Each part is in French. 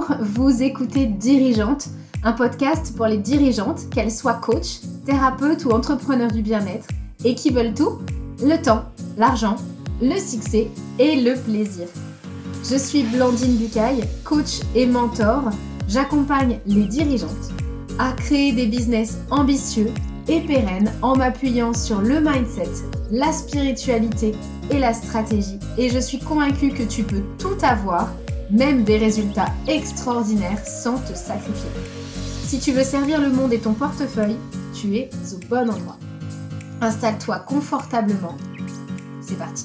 Bonjour, vous écoutez Dirigeante, un podcast pour les dirigeantes, qu'elles soient coach, thérapeutes ou entrepreneurs du bien-être, et qui veulent tout, le temps, l'argent, le succès et le plaisir. Je suis Blandine Bucaille, coach et mentor. J'accompagne les dirigeantes à créer des business ambitieux et pérennes en m'appuyant sur le mindset, la spiritualité et la stratégie. Et je suis convaincue que tu peux tout avoir, même des résultats extraordinaires sans te sacrifier. Si tu veux servir le monde et ton portefeuille, tu es au bon endroit. Installe-toi confortablement. C'est parti.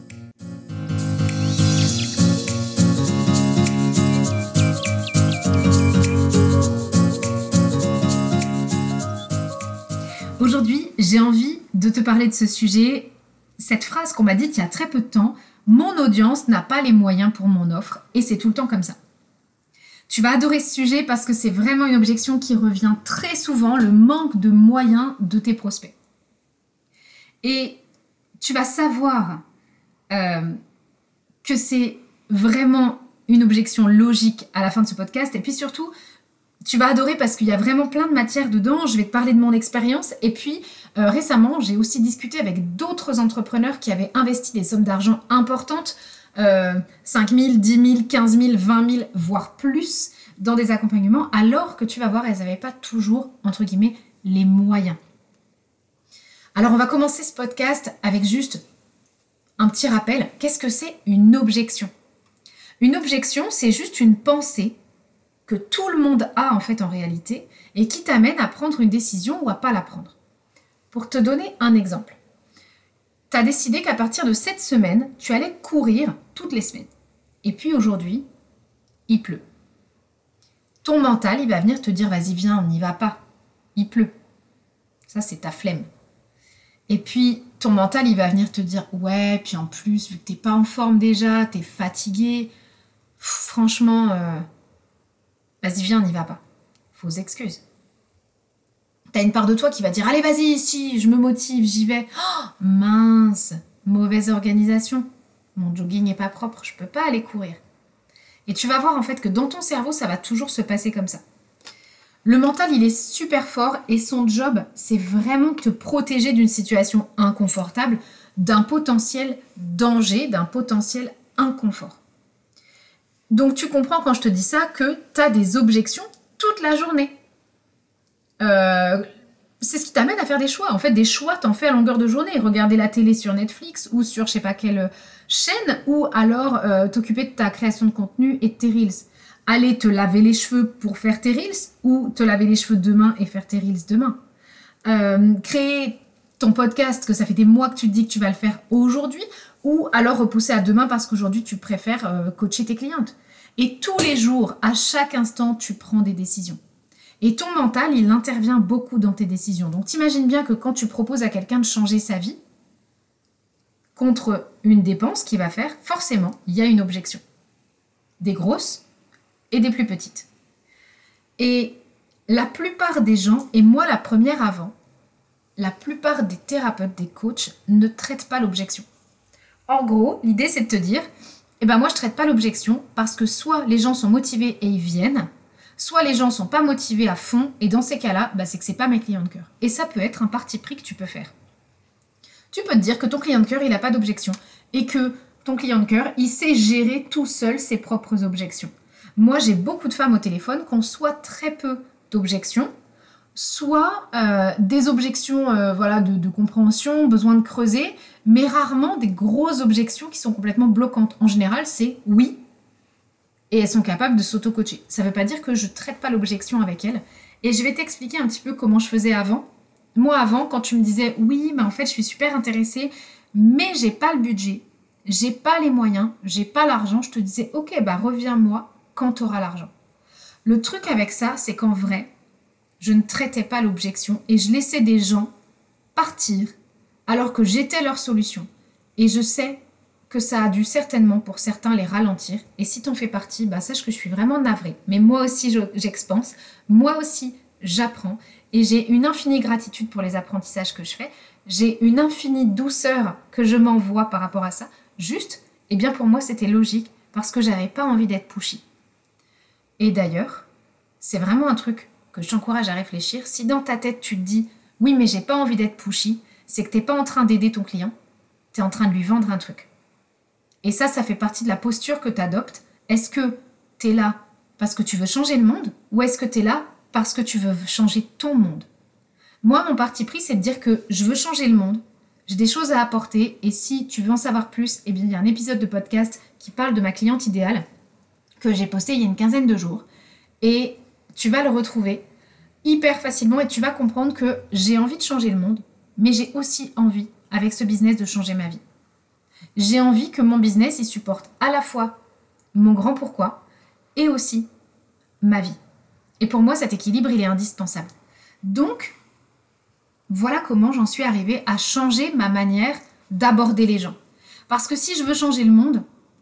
Aujourd'hui, j'ai envie de te parler de ce sujet, cette phrase qu'on m'a dite il y a très peu de temps. Mon audience n'a pas les moyens pour mon offre et c'est tout le temps comme ça. Tu vas adorer ce sujet parce que c'est vraiment une objection qui revient très souvent, le manque de moyens de tes prospects. Et tu vas savoir que c'est vraiment une objection logique à la fin de ce podcast. Et puis surtout, tu vas adorer parce qu'il y a vraiment plein de matière dedans. Je vais te parler de mon expérience. Et puis, récemment, j'ai aussi discuté avec d'autres entrepreneurs qui avaient investi des sommes d'argent importantes, 5 000, 10 000, 15 000, 20 000, voire plus, dans des accompagnements, alors que tu vas voir, elles n'avaient pas toujours, entre guillemets, les moyens. Alors, on va commencer ce podcast avec juste un petit rappel. Qu'est-ce que c'est une objection ? Une objection, c'est juste une pensée que tout le monde a en fait en réalité et qui t'amène à prendre une décision ou à pas la prendre. Pour te donner un exemple, tu as décidé qu'à partir de cette semaine, tu allais courir toutes les semaines. Et puis aujourd'hui, il pleut. Ton mental, il va venir te dire « Vas-y, viens, on n'y va pas. Il pleut. » Ça, c'est ta flemme. Et puis, ton mental, il va venir te dire « Ouais, puis en plus, vu que t'es pas en forme déjà, t'es fatigué, franchement... Vas-y, viens, on n'y va pas. » Fausses excuses. T'as une part de toi qui va dire « Allez, vas-y, si, je me motive, j'y vais. Oh, mince, mauvaise organisation. Mon jogging n'est pas propre, je peux pas aller courir. » Et tu vas voir en fait que dans ton cerveau, ça va toujours se passer comme ça. Le mental, il est super fort et son job, c'est vraiment te protéger d'une situation inconfortable, d'un potentiel danger, d'un potentiel inconfort. Donc tu comprends quand je te dis ça que tu as des objections toute la journée. C'est ce qui t'amène à faire des choix. En fait, des choix, t'en fais à longueur de journée. Regarder la télé sur Netflix ou sur je sais pas quelle chaîne, ou alors t'occuper de ta création de contenu et de tes Reels. Aller te laver les cheveux pour faire tes Reels ou te laver les cheveux demain et faire tes Reels demain. Créer ton podcast, que ça fait des mois que tu te dis que tu vas le faire aujourd'hui, ou alors repousser à demain parce qu'aujourd'hui tu préfères coacher tes clientes. Et tous les jours, à chaque instant, tu prends des décisions. Et ton mental, il intervient beaucoup dans tes décisions. Donc t'imagines bien que quand tu proposes à quelqu'un de changer sa vie contre une dépense qu'il va faire, forcément, il y a une objection. Des grosses et des plus petites. Et la plupart des gens, et moi la première avant, la plupart des thérapeutes, des coachs ne traitent pas l'objection. En gros, l'idée c'est de te dire, moi je traite pas l'objection parce que soit les gens sont motivés et ils viennent, soit les gens sont pas motivés à fond et dans ces cas-là, c'est que c'est pas mes clients de cœur. Et ça peut être un parti pris que tu peux faire. Tu peux te dire que ton client de cœur, il a pas d'objection et que ton client de cœur, il sait gérer tout seul ses propres objections. Moi, j'ai beaucoup de femmes au téléphone qui ont soit très peu d'objections, soit des objections de compréhension, besoin de creuser, mais rarement des grosses objections qui sont complètement bloquantes. En général, c'est oui, et elles sont capables de s'auto-coacher. Ça ne veut pas dire que je ne traite pas l'objection avec elles. Et je vais t'expliquer un petit peu comment je faisais avant. Moi, avant, quand tu me disais « Oui, mais en fait, je suis super intéressée, mais j'ai pas le budget, j'ai pas les moyens, j'ai pas l'argent », je te disais « Ok, reviens-moi quand tu auras l'argent ». Le truc avec ça, c'est qu'en vrai, je ne traitais pas l'objection et je laissais des gens partir alors que j'étais leur solution. Et je sais que ça a dû certainement pour certains les ralentir. Et si t'en fais partie, sache que je suis vraiment navrée. Mais moi aussi j'expanse, moi aussi j'apprends et j'ai une infinie gratitude pour les apprentissages que je fais. J'ai une infinie douceur que je m'envoie par rapport à ça. Juste, pour moi c'était logique parce que j'avais pas envie d'être pushy. Et d'ailleurs, c'est vraiment un truc que je t'encourage à réfléchir. Si dans ta tête tu te dis « oui, mais j'ai pas envie d'être pushy », c'est que t'es pas en train d'aider ton client, t'es en train de lui vendre un truc. Et ça fait partie de la posture que t'adoptes. Est-ce que t'es là parce que tu veux changer le monde ou est-ce que t'es là parce que tu veux changer ton monde ? Moi, mon parti pris, c'est de dire que je veux changer le monde, j'ai des choses à apporter et si tu veux en savoir plus, eh bien, il y a un épisode de podcast qui parle de ma cliente idéale que j'ai posté il y a une quinzaine de jours et tu vas le retrouver hyper facilement et tu vas comprendre que j'ai envie de changer le monde, mais j'ai aussi envie, avec ce business, de changer ma vie. J'ai envie que mon business, il supporte à la fois mon grand pourquoi et aussi ma vie. Et pour moi, cet équilibre, il est indispensable. Donc, voilà comment j'en suis arrivée à changer ma manière d'aborder les gens. Parce que si je veux changer le monde,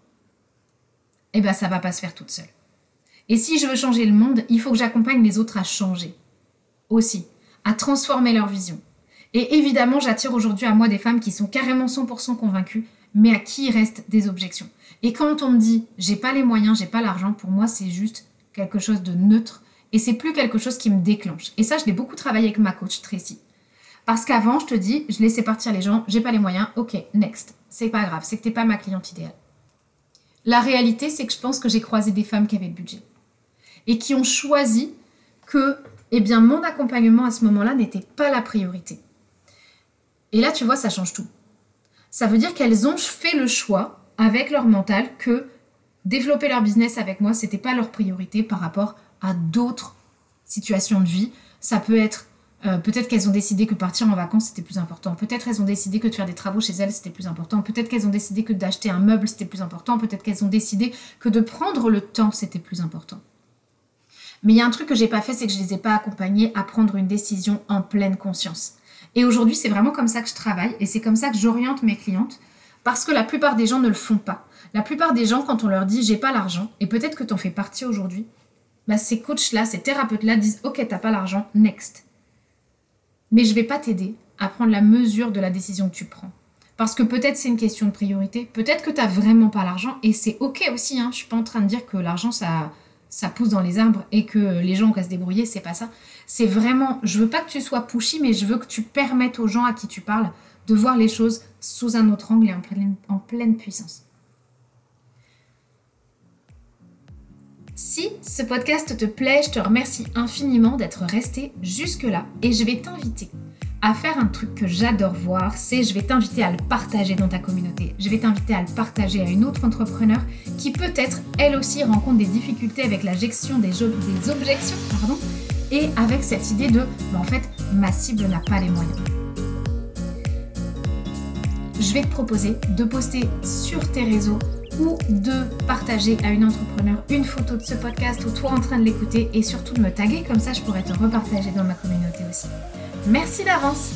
eh ben ça va pas se faire toute seule. Et si je veux changer le monde, il faut que j'accompagne les autres à changer. Aussi, à transformer leur vision. Et évidemment, j'attire aujourd'hui à moi des femmes qui sont carrément 100% convaincues, mais à qui il reste des objections. Et quand on me dit « j'ai pas les moyens, j'ai pas l'argent », pour moi, c'est juste quelque chose de neutre et c'est plus quelque chose qui me déclenche. Et ça, je l'ai beaucoup travaillé avec ma coach Tracy. Parce qu'avant, je te dis, je laissais partir les gens, j'ai pas les moyens, ok, next. C'est pas grave, c'est que t'es pas ma cliente idéale. La réalité, c'est que je pense que j'ai croisé des femmes qui avaient le budget et qui ont choisi que, eh bien, mon accompagnement à ce moment-là n'était pas la priorité. Et là, tu vois, ça change tout. Ça veut dire qu'elles ont fait le choix, avec leur mental, que développer leur business avec moi, c'était pas leur priorité par rapport à d'autres situations de vie. Ça peut être, peut-être qu'elles ont décidé que partir en vacances, c'était plus important. Peut-être qu'elles ont décidé que de faire des travaux chez elles, c'était plus important. Peut-être qu'elles ont décidé que d'acheter un meuble, c'était plus important. Peut-être qu'elles ont décidé que de prendre le temps, c'était plus important. Mais il y a un truc que j'ai pas fait, c'est que je les ai pas accompagnées à prendre une décision en pleine conscience. Et aujourd'hui, c'est vraiment comme ça que je travaille et c'est comme ça que j'oriente mes clientes parce que la plupart des gens ne le font pas. La plupart des gens, quand on leur dit « j'ai pas l'argent » et peut-être que t'en fais partie aujourd'hui, bah ces coachs-là, ces thérapeutes-là disent « ok, t'as pas l'argent, next ». Mais je vais pas t'aider à prendre la mesure de la décision que tu prends. Parce que peut-être c'est une question de priorité, peut-être que t'as vraiment pas l'argent et c'est ok aussi, hein. Je suis pas en train de dire que l'argent, ça pousse dans les arbres et que les gens restent débrouillés, c'est pas ça. C'est vraiment, je veux pas que tu sois pushy, mais je veux que tu permettes aux gens à qui tu parles de voir les choses sous un autre angle et en pleine puissance. Si ce podcast te plaît, je te remercie infiniment d'être resté jusque-là et je vais t'inviter à faire un truc que j'adore voir, c'est je vais t'inviter à le partager dans ta communauté. Je vais t'inviter à le partager à une autre entrepreneur qui peut-être, elle aussi, rencontre des difficultés avec la gestion des objections, et avec cette idée de, en fait, ma cible n'a pas les moyens. Je vais te proposer de poster sur tes réseaux ou de partager à une entrepreneur une photo de ce podcast ou toi en train de l'écouter et surtout de me taguer, comme ça je pourrais te repartager dans ma communauté aussi. Merci d'avance.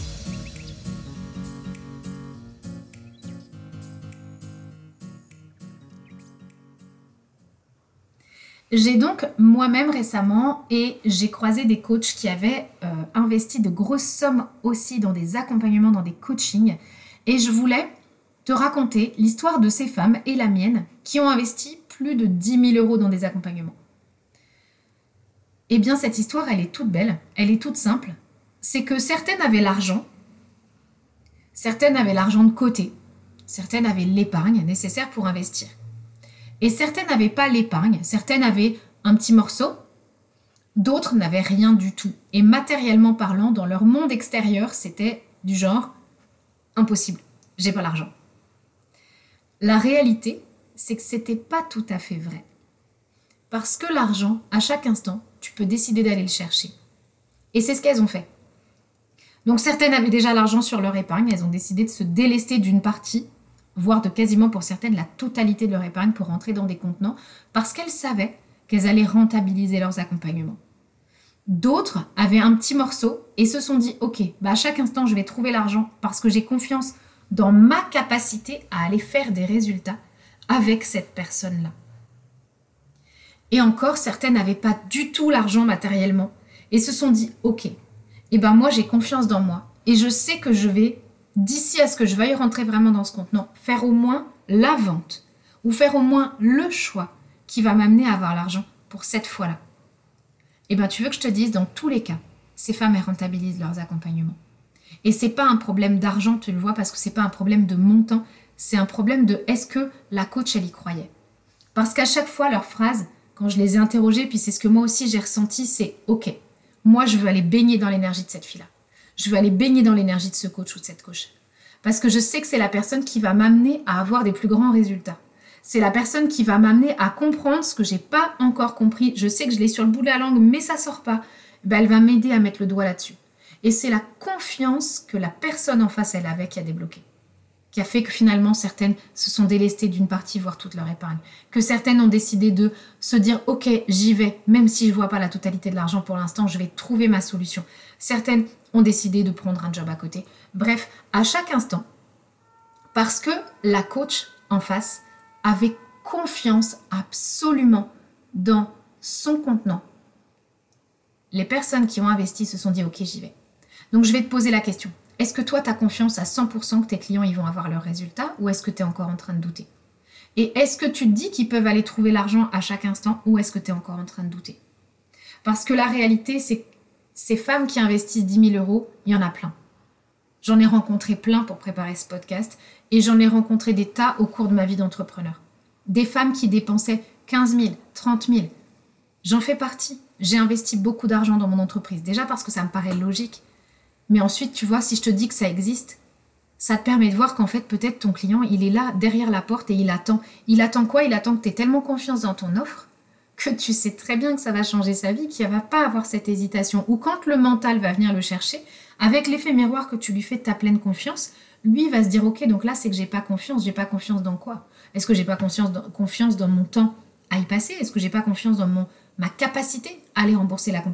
J'ai donc moi-même récemment et j'ai croisé des coachs qui avaient investi de grosses sommes aussi dans des accompagnements, dans des coachings et je voulais te raconter l'histoire de ces femmes et la mienne qui ont investi plus de 10 000 € dans des accompagnements. Eh bien cette histoire, elle est toute belle, elle est toute simple. C'est que certaines avaient l'argent de côté, certaines avaient l'épargne nécessaire pour investir. Et certaines n'avaient pas l'épargne, certaines avaient un petit morceau, d'autres n'avaient rien du tout. Et matériellement parlant, dans leur monde extérieur, c'était du genre impossible, j'ai pas l'argent. La réalité, c'est que c'était pas tout à fait vrai. Parce que l'argent, à chaque instant, tu peux décider d'aller le chercher. Et c'est ce qu'elles ont fait. Donc certaines avaient déjà l'argent sur leur épargne, elles ont décidé de se délester d'une partie, voire de quasiment pour certaines la totalité de leur épargne pour rentrer dans des contenants, parce qu'elles savaient qu'elles allaient rentabiliser leurs accompagnements. D'autres avaient un petit morceau et se sont dit « Ok, à chaque instant je vais trouver l'argent parce que j'ai confiance dans ma capacité à aller faire des résultats avec cette personne-là. » Et encore, certaines n'avaient pas du tout l'argent matériellement et se sont dit « Ok, moi j'ai confiance dans moi et je sais que je vais, d'ici à ce que je veuille rentrer vraiment dans ce contenant, faire au moins la vente ou faire au moins le choix qui va m'amener à avoir l'argent pour cette fois-là. Eh bien, tu veux que je te dise, dans tous les cas, ces femmes, elles rentabilisent leurs accompagnements. Et c'est pas un problème d'argent, tu le vois, parce que c'est pas un problème de montant, c'est un problème de est-ce que la coach, elle y croyait. Parce qu'à chaque fois, leurs phrases, quand je les ai interrogées, puis c'est ce que moi aussi j'ai ressenti, c'est « Ok, moi je veux aller baigner dans l'énergie de cette fille-là. Je veux aller baigner dans l'énergie de ce coach ou de cette coach. Parce que je sais que c'est la personne qui va m'amener à avoir des plus grands résultats. C'est la personne qui va m'amener à comprendre ce que j'ai pas encore compris. Je sais que je l'ai sur le bout de la langue, mais ça sort pas. Ben, elle va m'aider à mettre le doigt là-dessus. Et c'est la confiance que la personne en face, elle avait, qui a débloqué. Qui a fait que finalement, certaines se sont délestées d'une partie, voire toute leur épargne. Que certaines ont décidé de se dire « Ok, j'y vais, même si je ne vois pas la totalité de l'argent pour l'instant, je vais trouver ma solution. » Certaines ont décidé de prendre un job à côté. Bref, à chaque instant, parce que la coach en face avait confiance absolument dans son contenant. Les personnes qui ont investi se sont dit « Ok, j'y vais. » Donc, je vais te poser la question. Est-ce que toi, tu as confiance à 100% que tes clients ils vont avoir leurs résultats ou est-ce que tu es encore en train de douter? Et est-ce que tu te dis qu'ils peuvent aller trouver l'argent à chaque instant ou est-ce que tu es encore en train de douter? Parce que la réalité, c'est que ces femmes qui investissent 10 000 euros, il y en a plein. J'en ai rencontré plein pour préparer ce podcast et j'en ai rencontré des tas au cours de ma vie d'entrepreneur. Des femmes qui dépensaient 15 000, 30 000. J'en fais partie. J'ai investi beaucoup d'argent dans mon entreprise. Déjà parce que ça me paraît logique. Mais ensuite, tu vois, si je te dis que ça existe, ça te permet de voir qu'en fait, peut-être ton client, il est là, derrière la porte et il attend. Il attend quoi? Il attend que tu aies tellement confiance dans ton offre que tu sais très bien que ça va changer sa vie, qu'il ne va pas avoir cette hésitation. Ou quand le mental va venir le chercher, avec l'effet miroir que tu lui fais de ta pleine confiance, lui va se dire « Ok, donc là, c'est que j'ai pas confiance. J'ai pas confiance dans quoi? Est-ce que j'ai pas confiance dans mon temps à y passer? Est-ce que j'ai pas confiance dans ma capacité à aller rembourser l'accompagnement ?»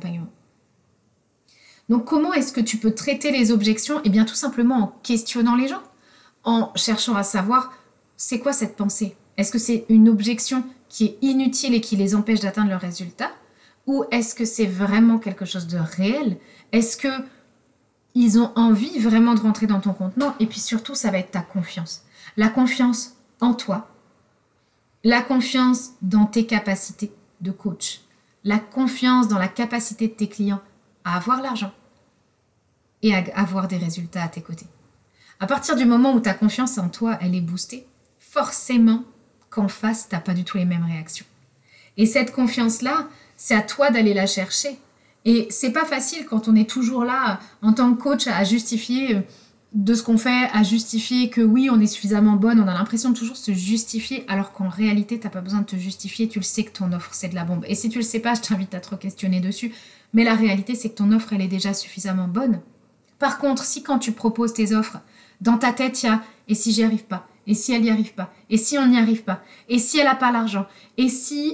Donc, comment est-ce que tu peux traiter les objections? Eh bien, tout simplement en questionnant les gens, en cherchant à savoir c'est quoi cette pensée? Est-ce que c'est une objection qui est inutile et qui les empêche d'atteindre leurs résultats? Ou est-ce que c'est vraiment quelque chose de réel? Est-ce qu'ils ont envie vraiment de rentrer dans ton contenant? Et puis surtout, ça va être ta confiance. La confiance en toi, la confiance dans tes capacités de coach, la confiance dans la capacité de tes clients à avoir l'argent et à avoir des résultats à tes côtés. À partir du moment où ta confiance en toi, elle est boostée, forcément qu'en face, tu n'as pas du tout les mêmes réactions. Et cette confiance-là, c'est à toi d'aller la chercher. Et c'est pas facile quand on est toujours là, en tant que coach, à justifier de ce qu'on fait, à justifier que oui, on est suffisamment bonne, on a l'impression de toujours se justifier, alors qu'en réalité, tu n'as pas besoin de te justifier, tu le sais que ton offre, c'est de la bombe. Et si tu le sais pas, je t'invite à te questionner dessus. Mais la réalité, c'est que ton offre, elle est déjà suffisamment bonne. Par contre, si quand tu proposes tes offres, dans ta tête, il y a « et si j'y arrive pas ? Et si elle n'y arrive pas ? Et si on n'y arrive pas ? Et si elle n'a pas l'argent ? Et si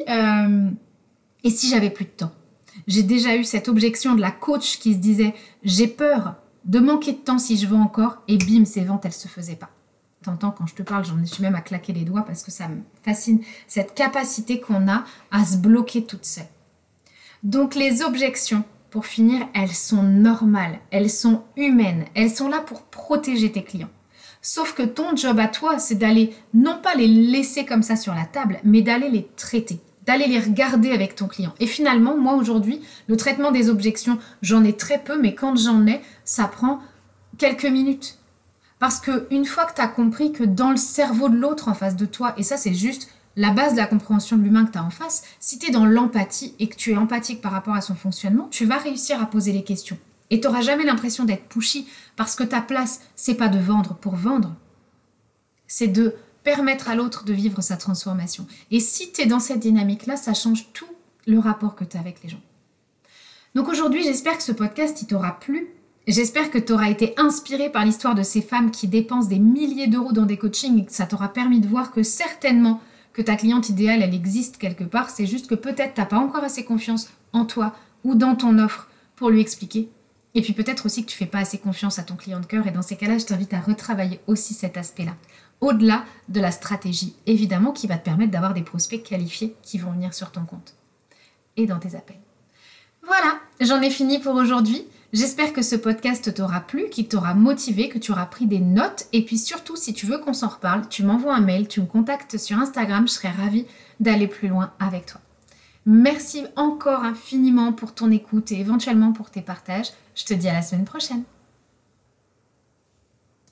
j'avais plus de temps ?» J'ai déjà eu cette objection de la coach qui se disait « j'ai peur de manquer de temps si je veux encore » et bim, ces ventes, elles ne se faisaient pas. T'entends, quand je te parle, j'en suis même à claquer les doigts parce que ça me fascine, cette capacité qu'on a à se bloquer toute seule. Donc les objections, pour finir, elles sont normales, elles sont humaines, elles sont là pour protéger tes clients. Sauf que ton job à toi, c'est d'aller, non pas les laisser comme ça sur la table, mais d'aller les traiter, d'aller les regarder avec ton client. Et finalement, moi aujourd'hui, le traitement des objections, j'en ai très peu, mais quand j'en ai, ça prend quelques minutes. Parce qu'une fois que tu as compris que dans le cerveau de l'autre en face de toi, et ça c'est juste la base de la compréhension de l'humain que tu as en face, si tu es dans l'empathie et que tu es empathique par rapport à son fonctionnement, tu vas réussir à poser les questions. Et tu n'auras jamais l'impression d'être pushy parce que ta place, c'est pas de vendre pour vendre. C'est de permettre à l'autre de vivre sa transformation. Et si tu es dans cette dynamique-là, ça change tout le rapport que tu as avec les gens. Donc aujourd'hui, j'espère que ce podcast, il t'aura plu. J'espère que tu auras été inspiré par l'histoire de ces femmes qui dépensent des milliers d'euros dans des coachings et que ça t'aura permis de voir que certainement que ta cliente idéale, elle existe quelque part. C'est juste que peut-être tu n'as pas encore assez confiance en toi ou dans ton offre pour lui expliquer. Et puis peut-être aussi que tu ne fais pas assez confiance à ton client de cœur. Et dans ces cas-là, je t'invite à retravailler aussi cet aspect-là. Au-delà de la stratégie, évidemment, qui va te permettre d'avoir des prospects qualifiés qui vont venir sur ton compte et dans tes appels. Voilà, j'en ai fini pour aujourd'hui. J'espère que ce podcast t'aura plu, qu'il t'aura motivé, que tu auras pris des notes. Et puis surtout, si tu veux qu'on s'en reparle, tu m'envoies un mail, tu me contactes sur Instagram. Je serai ravie d'aller plus loin avec toi. Merci encore infiniment pour ton écoute et éventuellement pour tes partages. Je te dis à la semaine prochaine.